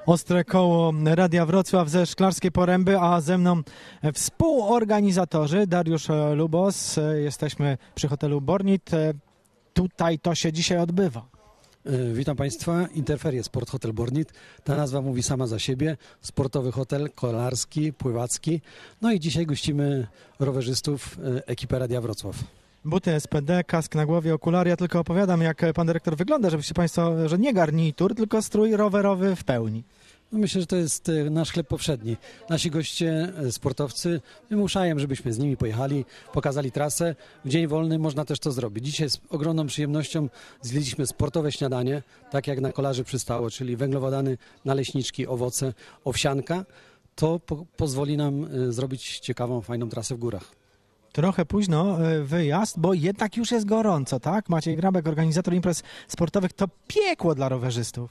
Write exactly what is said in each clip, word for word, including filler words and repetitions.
Ostre koło Radia Wrocław ze Szklarskiej Poręby, a ze mną współorganizatorzy Dariusz Lubos. Jesteśmy przy hotelu Bornit. Tutaj to się dzisiaj odbywa. Witam Państwa. Interferie Sport Hotel Bornit. Ta nazwa mówi sama za siebie. Sportowy hotel kolarski, pływacki. No i dzisiaj gościmy rowerzystów ekipy Radia Wrocław. Buty S P D, kask na głowie, okulary. Ja tylko opowiadam, jak pan dyrektor wygląda, żebyście Państwo, że nie garnitur, tylko strój rowerowy w pełni. No myślę, że to jest nasz chleb powszedni. Nasi goście, sportowcy wymuszają, żebyśmy z nimi pojechali, pokazali trasę. W dzień wolny można też to zrobić. Dzisiaj z ogromną przyjemnością zjedliśmy sportowe śniadanie, tak jak na kolarzy przystało, czyli węglowodany, naleśniczki, owoce, owsianka. To po pozwoli nam zrobić ciekawą, fajną trasę w górach. Trochę późno wyjazd, bo jednak już jest gorąco, tak? Maciej Grabek, organizator imprez sportowych, to piekło dla rowerzystów.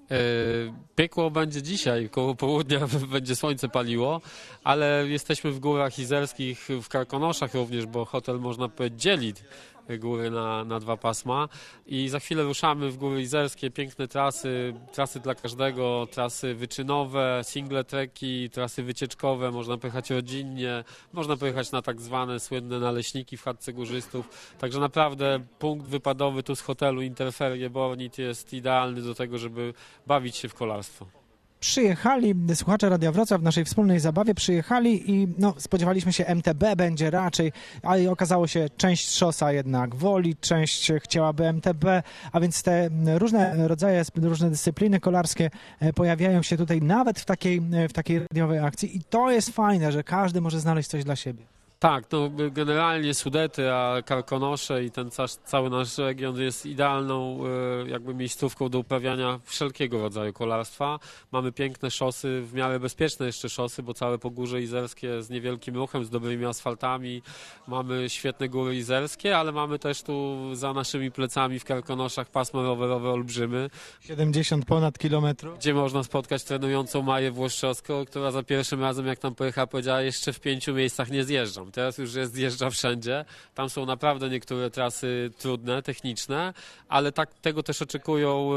Piekło będzie dzisiaj, koło południa będzie słońce paliło, ale jesteśmy w górach izerskich, w Karkonoszach również, bo hotel, można powiedzieć, dzieli góry na, na dwa pasma i za chwilę ruszamy w góry izerskie, piękne trasy, trasy dla każdego, trasy wyczynowe, single treki, trasy wycieczkowe, można pojechać rodzinnie, można pojechać na tak zwane słynne naleśniki w chatce górzystów, także naprawdę punkt wypadowy tu z hotelu Interferie Bornit jest idealny do tego, żeby bawić się w kolarstwo. Przyjechali słuchacze Radia Wrocław w naszej wspólnej zabawie, przyjechali i no, spodziewaliśmy się M T B będzie raczej, ale okazało się, część szosa jednak woli, część chciałaby M T B, a więc te różne rodzaje, różne dyscypliny kolarskie pojawiają się tutaj nawet w takiej, w takiej radiowej akcji i to jest fajne, że każdy może znaleźć coś dla siebie. Tak, no generalnie Sudety, a Karkonosze i ten cały nasz region jest idealną jakby miejscówką do uprawiania wszelkiego rodzaju kolarstwa. Mamy piękne szosy, w miarę bezpieczne jeszcze szosy, bo całe Pogórze Izerskie z niewielkim ruchem, z dobrymi asfaltami. Mamy świetne góry izerskie, ale mamy też tu za naszymi plecami w Karkonoszach pasmo rowerowe olbrzymy. siedemdziesiąt ponad kilometrów. Gdzie można spotkać trenującą Maję Włoszczowską, która za pierwszym razem, jak tam pojechała, powiedziała, jeszcze w pięciu miejscach nie zjeżdżam. Teraz już jest, zjeżdża wszędzie. Tam są naprawdę niektóre trasy trudne, techniczne, ale tak, tego też oczekują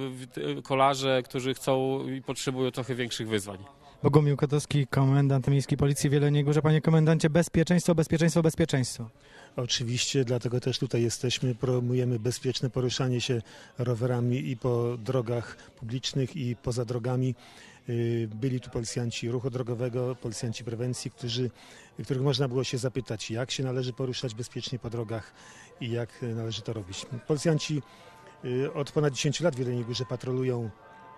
kolarze, którzy chcą i potrzebują trochę większych wyzwań. Bogumił Kotowski, komendant Miejskiej Policji w Jeleniej Górze. Panie komendancie, bezpieczeństwo, bezpieczeństwo, bezpieczeństwo. Oczywiście, dlatego też tutaj jesteśmy, promujemy bezpieczne poruszanie się rowerami i po drogach publicznych i poza drogami. Byli tu policjanci ruchu drogowego, policjanci prewencji, którzy, których można było się zapytać, jak się należy poruszać bezpiecznie po drogach i jak należy to robić. Policjanci od ponad dziesięciu lat w Jeleniej Górze patrolują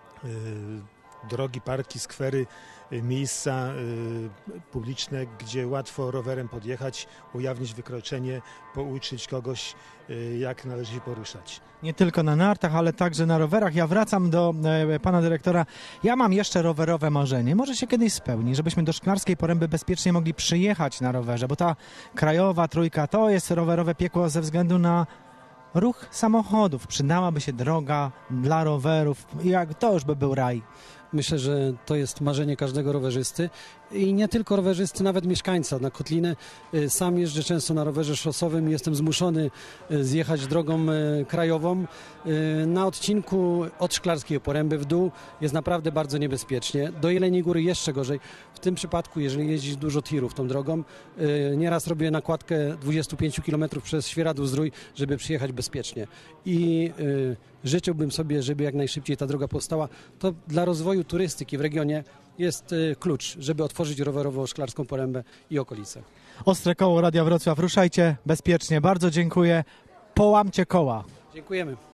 drogi, parki, skwery, miejsca publiczne, gdzie łatwo rowerem podjechać, ujawnić wykroczenie, pouczyć kogoś, jak należy się poruszać. Nie tylko na nartach, ale także na rowerach. Ja wracam do e, pana dyrektora. Ja mam jeszcze rowerowe marzenie. Może się kiedyś spełni, żebyśmy do Szklarskiej Poręby bezpiecznie mogli przyjechać na rowerze, bo ta krajowa trójka to jest rowerowe piekło ze względu na ruch samochodów. Przydałaby się droga dla rowerów. Jak to już by był raj. Myślę, że to jest marzenie każdego rowerzysty i nie tylko rowerzysty, nawet mieszkańca. Na Kotlinę sam jeżdżę często na rowerze szosowym i jestem zmuszony zjechać drogą krajową. Na odcinku od Szklarskiej Poręby w dół jest naprawdę bardzo niebezpiecznie. Do Jeleniej Góry jeszcze gorzej. W tym przypadku, jeżeli jeździć dużo tirów tą drogą, nieraz robię nakładkę dwadzieścia pięć kilometrów przez Świeradów-Zdrój, żeby przyjechać bezpiecznie. I życzyłbym sobie, żeby jak najszybciej ta droga powstała. To dla rozwoju turystyki w regionie jest klucz, żeby otworzyć rowerowo Szklarską Porębę i okolice. Ostre koło Radia Wrocław. Ruszajcie bezpiecznie. Bardzo dziękuję. Połamcie koła. Dziękujemy.